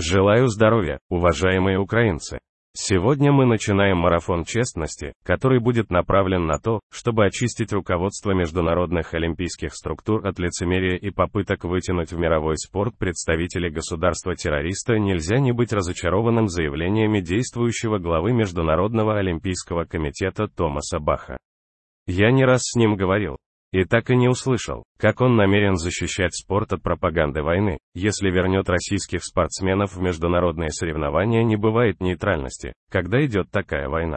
Желаю здоровья, уважаемые украинцы. Сегодня мы начинаем марафон честности, который будет направлен на то, чтобы очистить руководство международных олимпийских структур от лицемерия и попыток вытянуть в мировой спорт представителей государства-террориста. Нельзя не быть разочарованным заявлениями действующего главы Международного олимпийского комитета Томаса Баха. Я не раз с ним говорил. И так и не услышал, как он намерен защищать спорт от пропаганды войны. Если вернет российских спортсменов в международные соревнования, не бывает нейтральности, когда идет такая война.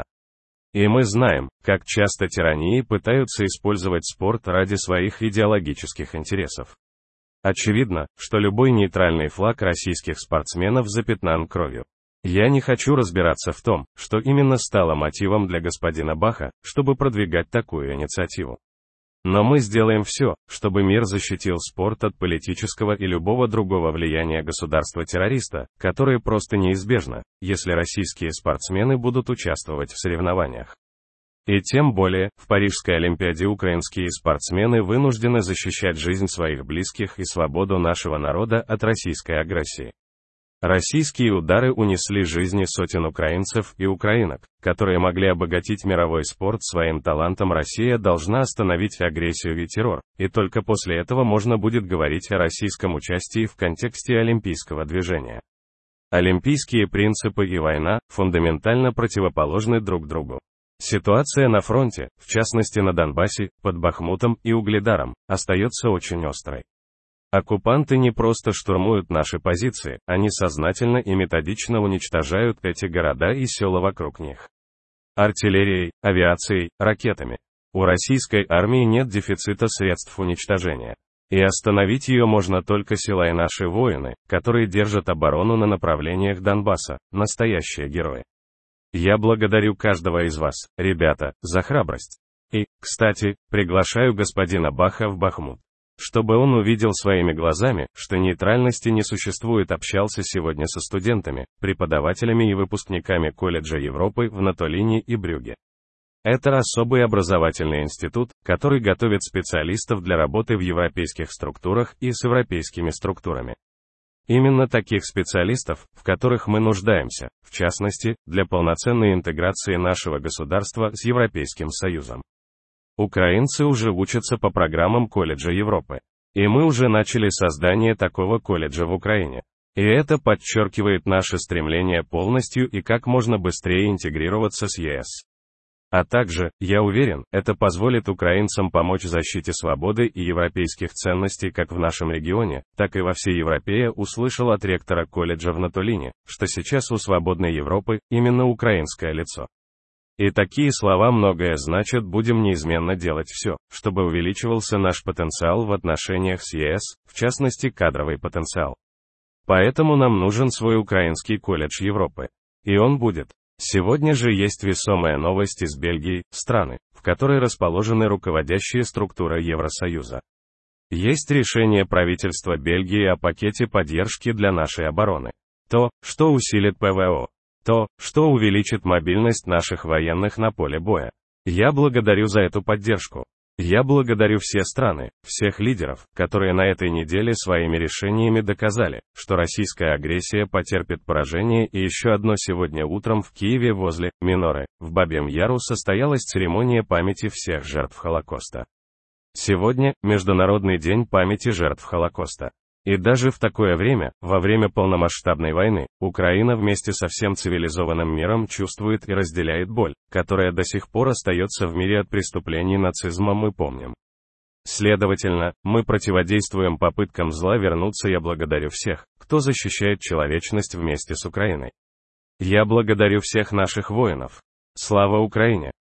И мы знаем, как часто тирании пытаются использовать спорт ради своих идеологических интересов. Очевидно, что любой нейтральный флаг российских спортсменов запятнан кровью. Я не хочу разбираться в том, что именно стало мотивом для господина Баха, чтобы продвигать такую инициативу. Но мы сделаем все, чтобы мир защитил спорт от политического и любого другого влияния государства-террориста, которое просто неизбежно, если российские спортсмены будут участвовать в соревнованиях. И тем более, в Парижской Олимпиаде украинские спортсмены вынуждены защищать жизнь своих близких и свободу нашего народа от российской агрессии. Российские удары унесли жизни сотен украинцев и украинок, которые могли обогатить мировой спорт своим талантом. Россия должна остановить агрессию и террор, и только после этого можно будет говорить о российском участии в контексте олимпийского движения. Олимпийские принципы и война фундаментально противоположны друг другу. Ситуация на фронте, в частности на Донбассе, под Бахмутом и Угледаром, остается очень острой. Оккупанты не просто штурмуют наши позиции, они сознательно и методично уничтожают эти города и села вокруг них. Артиллерией, авиацией, ракетами. У российской армии нет дефицита средств уничтожения. И остановить ее можно только силой наши воины, которые держат оборону на направлениях Донбасса, настоящие герои. Я благодарю каждого из вас, ребята, за храбрость. И, кстати, приглашаю господина Баха в Бахмут, чтобы он увидел своими глазами, что нейтральности не существует. Общался сегодня со студентами, преподавателями и выпускниками колледжа Европы в Натолине и Брюгге. Это особый образовательный институт, который готовит специалистов для работы в европейских структурах и с европейскими структурами. Именно таких специалистов, в которых мы нуждаемся, в частности, для полноценной интеграции нашего государства с Европейским Союзом. Украинцы уже учатся по программам колледжа Европы. И мы уже начали создание такого колледжа в Украине. И это подчеркивает наше стремление полностью и как можно быстрее интегрироваться с ЕС. А также, я уверен, это позволит украинцам помочь в защите свободы и европейских ценностей как в нашем регионе, так и во всей Европе. Услышал от ректора колледжа в Натолине, что сейчас у свободной Европы именно украинское лицо. И такие слова многое значат. Будем неизменно делать все, чтобы увеличивался наш потенциал в отношениях с ЕС, в частности кадровый потенциал. Поэтому нам нужен свой украинский колледж Европы. И он будет. Сегодня же есть весомая новость из Бельгии, страны, в которой расположены руководящие структуры Евросоюза. Есть решение правительства Бельгии о пакете поддержки для нашей обороны. То, что усилит ПВО. То, что увеличит мобильность наших военных на поле боя. Я благодарю за эту поддержку. Я благодарю все страны, всех лидеров, которые на этой неделе своими решениями доказали, что российская агрессия потерпит поражение. И еще одно: сегодня утром в Киеве возле Миноры, в Бабьем Яру, состоялась церемония памяти всех жертв Холокоста. Сегодня Международный день памяти жертв Холокоста. И даже в такое время, во время полномасштабной войны, Украина вместе со всем цивилизованным миром чувствует и разделяет боль, которая до сих пор остается в мире от преступлений нацизма. Мы помним. Следовательно, мы противодействуем попыткам зла вернуться. Я благодарю всех, кто защищает человечность вместе с Украиной. Я благодарю всех наших воинов. Слава Украине!